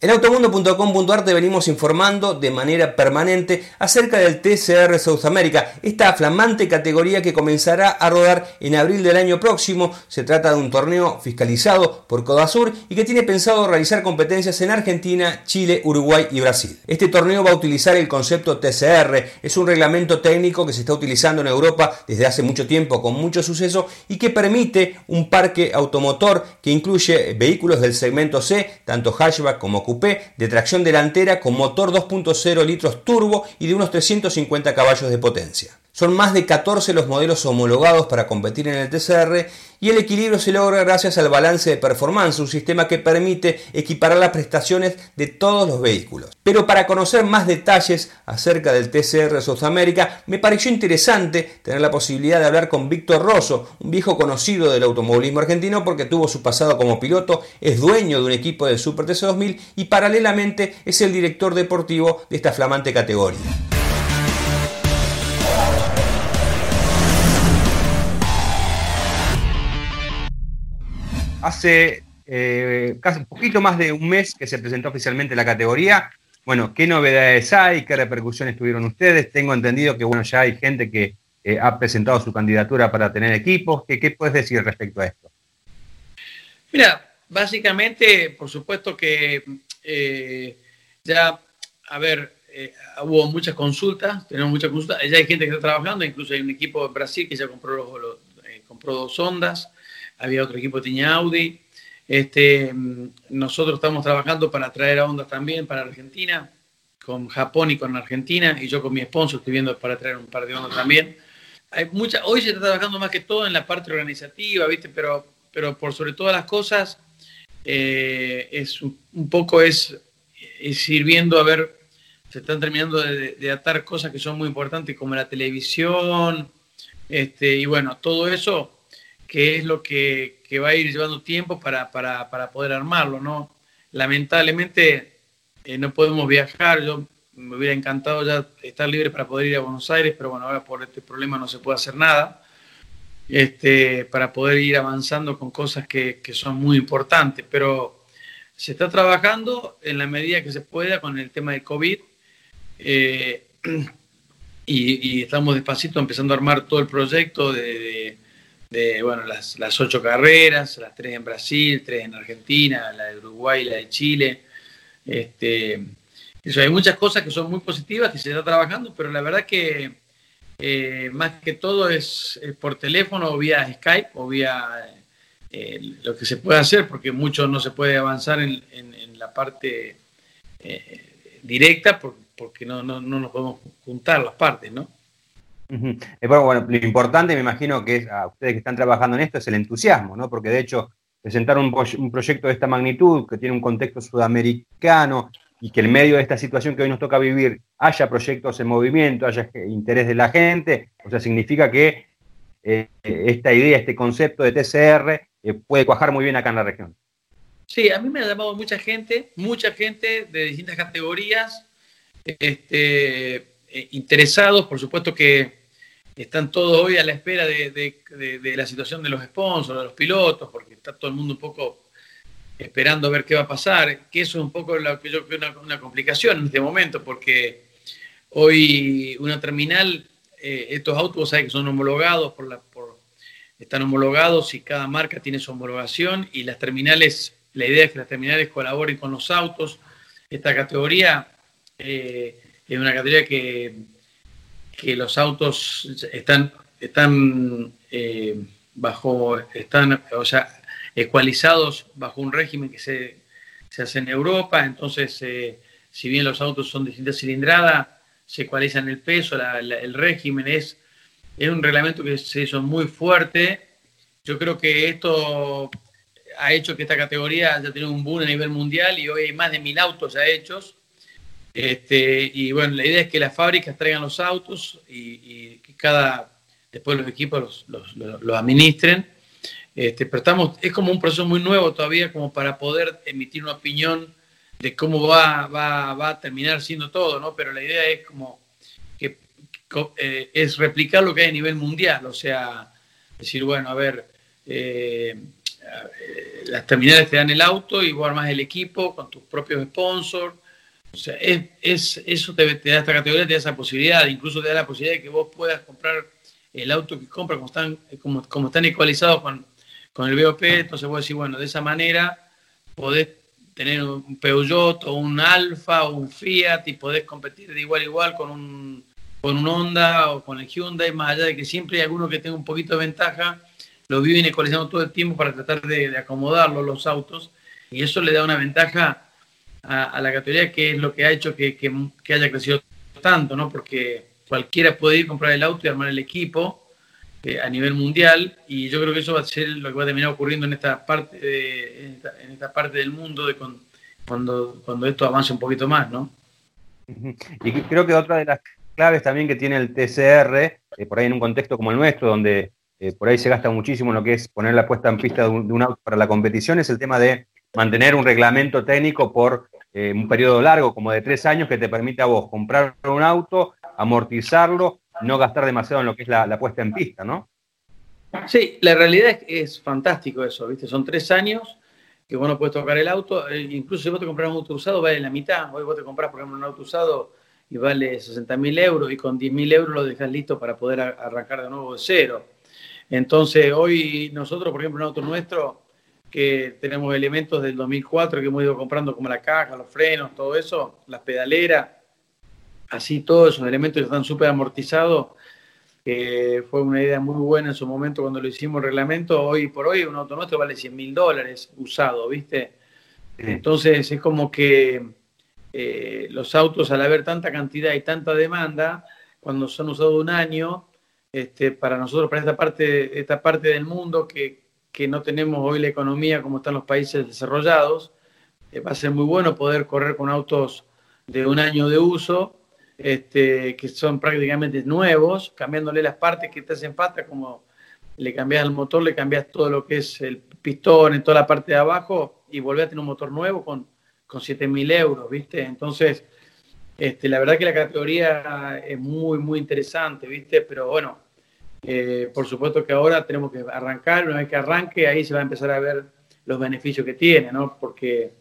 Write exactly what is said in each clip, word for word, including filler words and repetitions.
En automundo punto com punto a r te venimos informando de manera permanente acerca del T C R South America, esta flamante categoría que comenzará a rodar en abril del año próximo. Se trata de un torneo fiscalizado por Codasur y que tiene pensado realizar competencias en Argentina, Chile, Uruguay y Brasil. Este torneo va a utilizar el concepto T C R, es un reglamento técnico que se está utilizando en Europa desde hace mucho tiempo con mucho suceso y que permite un parque automotor que incluye vehículos del segmento C, tanto hatchback como coupé, de tracción delantera con motor dos punto cero litros turbo y de unos trescientos cincuenta caballos de potencia. Son más de catorce los modelos homologados para competir en el T C R y el equilibrio se logra gracias al balance de performance, un sistema que permite equiparar las prestaciones de todos los vehículos. Pero para conocer más detalles acerca del T C R South America, me pareció interesante tener la posibilidad de hablar con Víctor Rosso, un viejo conocido del automovilismo argentino porque tuvo su pasado como piloto, es dueño de un equipo del Super T C dos mil y paralelamente es el director deportivo de esta flamante categoría. Hace eh, casi un poquito más de un mes que se presentó oficialmente la categoría. Bueno, ¿qué novedades hay? ¿Qué repercusiones tuvieron ustedes? Tengo entendido que bueno, ya hay gente que eh, ha presentado su candidatura para tener equipos. ¿Qué, qué puedes decir respecto a esto? Mira, básicamente, por supuesto que eh, ya, a ver, eh, hubo muchas consultas, tenemos muchas consultas. Ya hay gente que está trabajando, incluso hay un equipo en Brasil que ya compró, los, los, eh, compró dos Hondas. Había otro equipo que tenía Audi. Este, nosotros estamos trabajando para traer a Honda también para Argentina, con Japón y con Argentina, y yo con mi sponsor estoy viendo para traer un par de Honda también. Hay mucha, hoy se está trabajando más que todo en la parte organizativa, ¿viste? Pero, pero por sobre todas las cosas, eh, es un, un poco es, es ir viendo, a ver, se están terminando de, de atar cosas que son muy importantes, como la televisión, este, y bueno, todo eso, que es lo que, que va a ir llevando tiempo para, para, para poder armarlo, ¿no? Lamentablemente eh, no podemos viajar. Yo me hubiera encantado ya estar libre para poder ir a Buenos Aires, pero bueno, ahora por este problema no se puede hacer nada, este, para poder ir avanzando con cosas que, que son muy importantes, pero se está trabajando en la medida que se pueda con el tema del COVID, eh, y, y estamos despacito empezando a armar todo el proyecto de, de de bueno, las, las ocho carreras, las tres en Brasil, tres en Argentina, la de Uruguay, la de Chile. Este, eso, hay muchas cosas que son muy positivas, que se está trabajando, pero la verdad que eh, más que todo es, es por teléfono o vía Skype o vía eh, lo que se puede hacer, porque mucho no se puede avanzar en, en, en la parte eh, directa por, porque no, no, no nos podemos juntar las partes, ¿no? Uh-huh. Eh, bueno, bueno, lo importante, me imagino que es, a ustedes que están trabajando en esto, es el entusiasmo, ¿no? Porque de hecho, presentar un, un proyecto de esta magnitud, que tiene un contexto sudamericano, y que en medio de esta situación que hoy nos toca vivir haya proyectos en movimiento, haya interés de la gente, o sea, significa que eh, esta idea, este concepto de T C R eh, puede cuajar muy bien acá en la región. Sí, a mí me ha llamado mucha gente, mucha gente de distintas categorías, este, eh, interesados, por supuesto que están todos hoy a la espera de, de, de, de la situación de los sponsors, de los pilotos, porque está todo el mundo un poco esperando a ver qué va a pasar, que eso es un poco lo que yo creo una, una complicación en este momento, porque hoy una terminal, eh, estos autos, ¿sabes? Que son homologados, por la, por, están homologados y cada marca tiene su homologación, y las terminales, la idea es que las terminales colaboren con los autos. Esta categoría eh, es una categoría que que los autos están, están eh, bajo, están, o sea, ecualizados bajo un régimen que se, se hace en Europa. Entonces, eh, si bien los autos son de distinta cilindrada, se ecualizan el peso, la, la, el régimen es, es un reglamento que se hizo muy fuerte. Yo creo que esto ha hecho que esta categoría haya tenido un boom a nivel mundial y hoy hay más de mil autos ya hechos. Este, y bueno, la idea es que las fábricas traigan los autos y, y que cada, después los equipos los, los, los, los administren. Este, pero estamos, es como un proceso muy nuevo todavía como para poder emitir una opinión de cómo va, va, va a terminar siendo todo, ¿no? Pero la idea es como que eh, es replicar lo que hay a nivel mundial, o sea, decir, bueno, a ver, eh, eh, las terminales te dan el auto y vos armás el equipo con tus propios sponsors. O sea, es, es, eso te, te da esta categoría, te da esa posibilidad, incluso te da la posibilidad de que vos puedas comprar el auto que compras, como están, como, como están ecualizados con, con el B O P, entonces vos decís, bueno, de esa manera podés tener un Peugeot o un Alfa o un Fiat y podés competir de igual a igual con un, con un Honda o con el Hyundai, más allá de que siempre hay alguno que tenga un poquito de ventaja, lo viven ecualizando todo el tiempo para tratar de, de acomodarlo los autos, y eso le da una ventaja a, a la categoría, que es lo que ha hecho que, que, que haya crecido tanto, ¿no? Porque cualquiera puede ir a comprar el auto y armar el equipo eh, a nivel mundial, y yo creo que eso va a ser lo que va a terminar ocurriendo en esta parte, de, en, esta, en esta parte del mundo de con, cuando, cuando esto avance un poquito más, ¿no? Y creo que otra de las claves también que tiene el T C R, eh, por ahí en un contexto como el nuestro, donde eh, por ahí se gasta muchísimo en lo que es poner la puesta en pista de un, de un auto para la competición, es el tema de mantener un reglamento técnico por eh, un periodo largo, como de tres años, que te permite a vos comprar un auto, amortizarlo, no gastar demasiado en lo que es la, la puesta en pista, ¿no? Sí, la realidad es que es fantástico eso, ¿viste? Son tres años que vos no puedes tocar el auto, eh, incluso si vos te compras un auto usado vale la mitad. Hoy vos te compras, por ejemplo, un auto usado y vale sesenta mil euros, y con diez mil euros lo dejas listo para poder arrancar de nuevo de cero. Entonces hoy nosotros, por ejemplo, un auto nuestro, que tenemos elementos del dos mil cuatro que hemos ido comprando, como la caja, los frenos, todo eso, las pedaleras, así todos esos elementos que están súper amortizados, que fue una idea muy buena en su momento cuando lo hicimos el reglamento. Hoy por hoy un auto nuestro vale cien mil dólares usado, ¿viste? Sí. Entonces es como que eh, los autos, al haber tanta cantidad y tanta demanda, cuando son usados un año, este, para nosotros, para esta parte, esta parte del mundo que, que no tenemos hoy la economía como están los países desarrollados, eh, va a ser muy bueno poder correr con autos de un año de uso, Este, que son prácticamente nuevos, cambiándole las partes que te hacen falta, como le cambias el motor, le cambias todo lo que es el pistón, en toda la parte de abajo, y volvés a tener un motor nuevo con, con siete mil euros, ¿viste? Entonces, este, la verdad que la categoría es muy, muy interesante, ¿viste? Pero bueno, eh, por supuesto que ahora tenemos que arrancar. Una vez que arranque, ahí se va a empezar a ver los beneficios que tiene, ¿no? Porque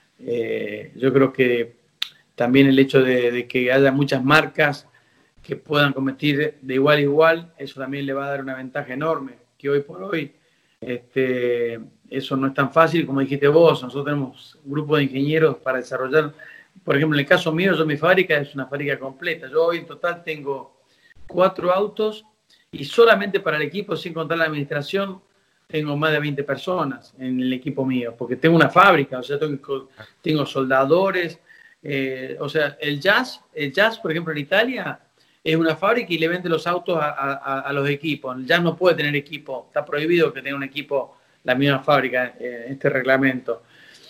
eh, yo creo que también el hecho de, de que haya muchas marcas que puedan competir de igual a igual, eso también le va a dar una ventaja enorme, que hoy por hoy este, eso no es tan fácil como dijiste vos. Nosotros tenemos un grupo de ingenieros para desarrollar, por ejemplo, en el caso mío, yo mi fábrica es una fábrica completa. Yo hoy en total tengo cuatro autos, y solamente para el equipo, sin contar la administración, tengo más de veinte personas en el equipo mío, porque tengo una fábrica, o sea, tengo, tengo soldadores. Eh, o sea, el Jazz, el Jazz, por ejemplo, en Italia, es una fábrica y le vende los autos a, a, a los equipos. El Jazz no puede tener equipo, está prohibido que tenga un equipo la misma fábrica, eh, este reglamento.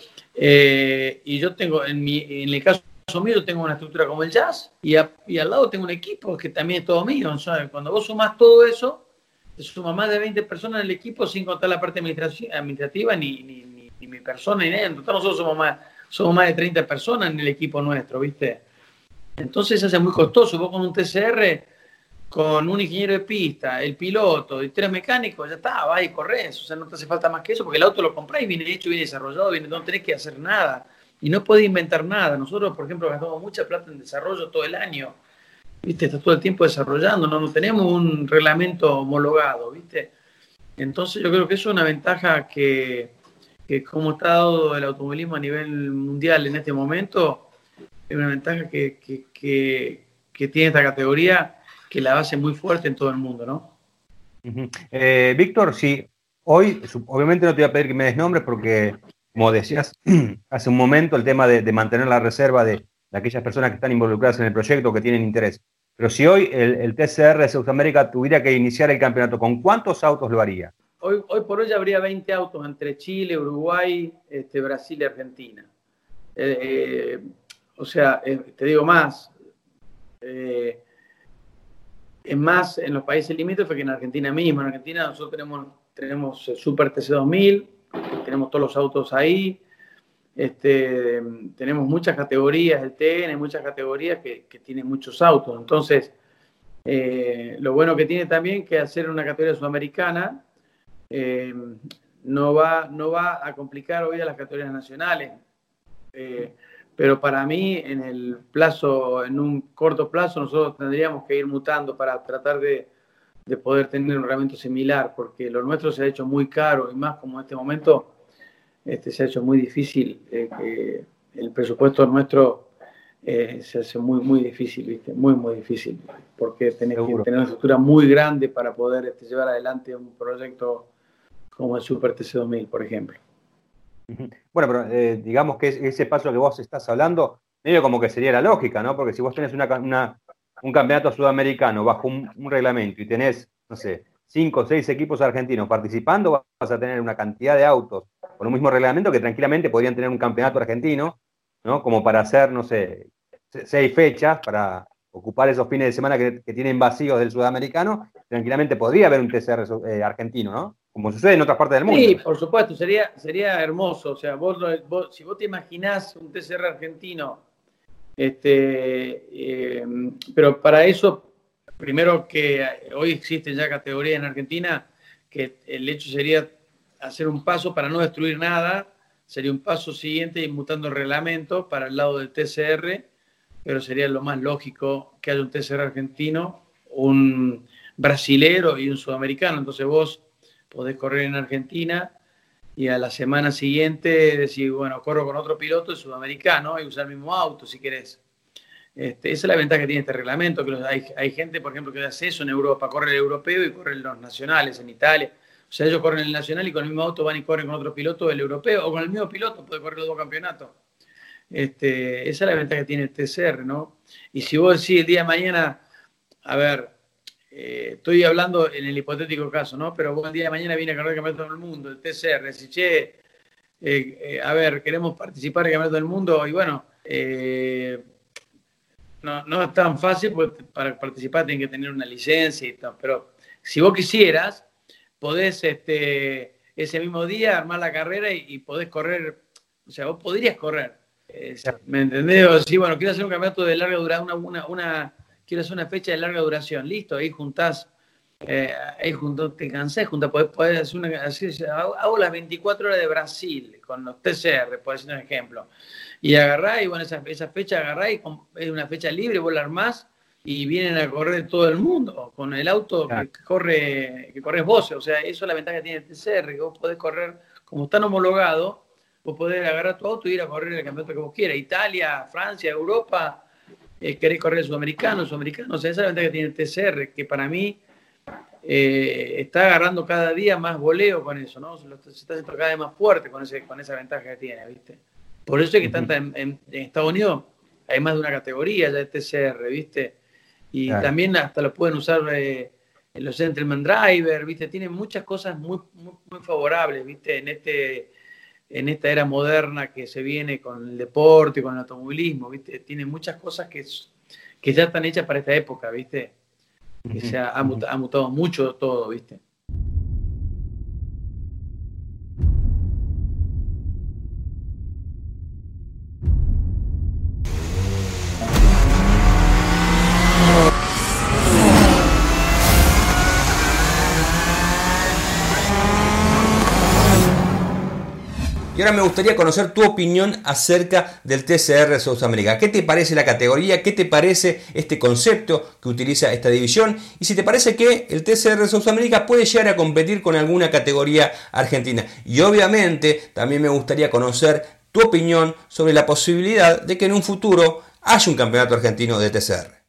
Eh, y yo tengo, en, mi, en el caso mío, yo tengo una estructura como el Jazz, y, a, y al lado tengo un equipo que también es todo mío. O sea, cuando vos sumás todo eso, te suma más de veinte personas en el equipo, sin contar la parte administrativa, ni, ni, ni, ni mi persona, ni nada. En total nosotros somos más... Somos más de treinta personas en el equipo nuestro, ¿viste? Entonces se hace muy costoso. Vos con un T C R, con un ingeniero de pista, el piloto y tres mecánicos, ya está, vas y corres. O sea, no te hace falta más que eso, porque el auto lo comprás y viene hecho, viene desarrollado, viene, no tenés que hacer nada. Y no podés inventar nada. Nosotros, por ejemplo, gastamos mucha plata en desarrollo todo el año, ¿viste? Estás todo el tiempo desarrollando, no, no tenemos un reglamento homologado, ¿viste? Entonces yo creo que eso es una ventaja que... que como está dado el automovilismo a nivel mundial en este momento, es una ventaja que, que, que, que tiene esta categoría, que la hace muy fuerte en todo el mundo, ¿no? Uh-huh. Eh, Víctor, sí, hoy, obviamente no te voy a pedir que me des nombres porque, como decías hace un momento, el tema de, de mantener la reserva de, de aquellas personas que están involucradas en el proyecto, que tienen interés. Pero si hoy el, el T C R de Sudamérica tuviera que iniciar el campeonato, ¿con cuántos autos lo haría? Hoy, hoy por hoy habría veinte autos entre Chile, Uruguay, este, Brasil y Argentina. Eh, eh, o sea, eh, te digo más, eh, es más en los países limítrofes que en Argentina misma. En Argentina nosotros tenemos, tenemos el Super T C dos mil, tenemos todos los autos ahí, este, tenemos muchas categorías, el T N, muchas categorías que, que tienen muchos autos. Entonces, eh, lo bueno que tiene también que hacer una categoría sudamericana, Eh, no va, no va a complicar hoy a las categorías nacionales. Eh, pero para mí, en el plazo, en un corto plazo, nosotros tendríamos que ir mutando para tratar de, de poder tener un reglamento similar, porque lo nuestro se ha hecho muy caro, y más como en este momento este, se ha hecho muy difícil, eh, que el presupuesto nuestro eh, se hace muy, muy difícil, ¿viste? Muy, muy difícil, porque tenés Seguro. que tener una estructura muy grande para poder este, llevar adelante un proyecto como el Super T C dos mil, por ejemplo. Bueno, pero eh, digamos que ese paso que vos estás hablando, medio como que sería la lógica, ¿no? Porque si vos tenés una, una, un campeonato sudamericano bajo un, un reglamento y tenés, no sé, cinco o seis equipos argentinos participando, vas a tener una cantidad de autos con un mismo reglamento que tranquilamente podrían tener un campeonato argentino, ¿no? Como para hacer, no sé, seis fechas, para ocupar esos fines de semana que, que tienen vacíos del sudamericano, tranquilamente podría haber un T C R eh, argentino, ¿no? Como sucede en otras partes del mundo. Sí, por supuesto, sería, sería hermoso. O sea, vos, vos, si vos te imaginás un T C R argentino, este, eh, pero para eso, primero que hoy existen ya categorías en Argentina, que el hecho sería hacer un paso para no destruir nada, sería un paso siguiente y mutando el reglamento para el lado del T C R, pero sería lo más lógico que haya un T C R argentino, un brasilero y un sudamericano. Entonces vos podés correr en Argentina y a la semana siguiente decir, bueno, corro con otro piloto sudamericano y usar el mismo auto si querés. Este, esa es la ventaja que tiene este reglamento, que hay, hay gente, por ejemplo, que hace eso en Europa, corre el europeo y corre los nacionales en Italia. O sea, ellos corren el nacional y con el mismo auto van y corren con otro piloto el europeo, o con el mismo piloto puede correr los dos campeonatos. Este, esa es la ventaja que tiene el T C R, ¿no? Y si vos decís el día de mañana, a ver, Eh, estoy hablando en el hipotético caso, ¿no? Pero vos el día de mañana viene a correr el campeonato del mundo, el T C R, decís, che, eh, eh, a ver, queremos participar en el campeonato del mundo, y bueno, eh, no, no es tan fácil, porque para participar tienen que tener una licencia y todo, pero si vos quisieras, podés este, ese mismo día armar la carrera y, y podés correr, o sea, vos podrías correr, eh, ¿me entendés? O sí, bueno, quiero hacer un campeonato de larga durada, una, una, una quiero hacer una fecha de larga duración, listo, ahí juntás, eh, ahí juntás, te cansás, juntás, podés, podés hacer una, así, hago, hago las veinticuatro horas de Brasil, con los T C R, por decir un ejemplo, y agarrás, y bueno, esa, esa fecha agarrás, y con, es una fecha libre, vos la armás, y vienen a correr todo el mundo, con el auto claro. que, que corre, que corres vos, o sea, eso es la ventaja que tiene el T C R, que vos podés correr, como están homologados, vos podés agarrar tu auto y ir a correr el campeonato que vos quieras, Italia, Francia, Europa. Eh, querés correr el sudamericano, el sudamericano, o sea, esa es la ventaja que tiene el T C R, que para mí eh, está agarrando cada día más voleo con eso, ¿no? Se, lo, se está haciendo cada vez más fuerte con, ese, con esa ventaja que tiene, ¿viste? Por eso es que tanta, en, en, en Estados Unidos hay más de una categoría ya de T C R, ¿viste? Y claro. también hasta lo pueden usar eh, en los Gentleman Driver, ¿viste? Tienen muchas cosas muy, muy, muy favorables, ¿viste? En este... en esta era moderna que se viene con el deporte, con el automovilismo, ¿viste? Tiene muchas cosas que, que ya están hechas para esta época, ¿viste? Que se ha, ha, mutado, ha mutado mucho todo, ¿viste? Y ahora me gustaría conocer tu opinión acerca del T C R South America. ¿Qué te parece la categoría? ¿Qué te parece este concepto que utiliza esta división? Y si te parece que el T C R South America puede llegar a competir con alguna categoría argentina. Y obviamente también me gustaría conocer tu opinión sobre la posibilidad de que en un futuro haya un campeonato argentino de T C R.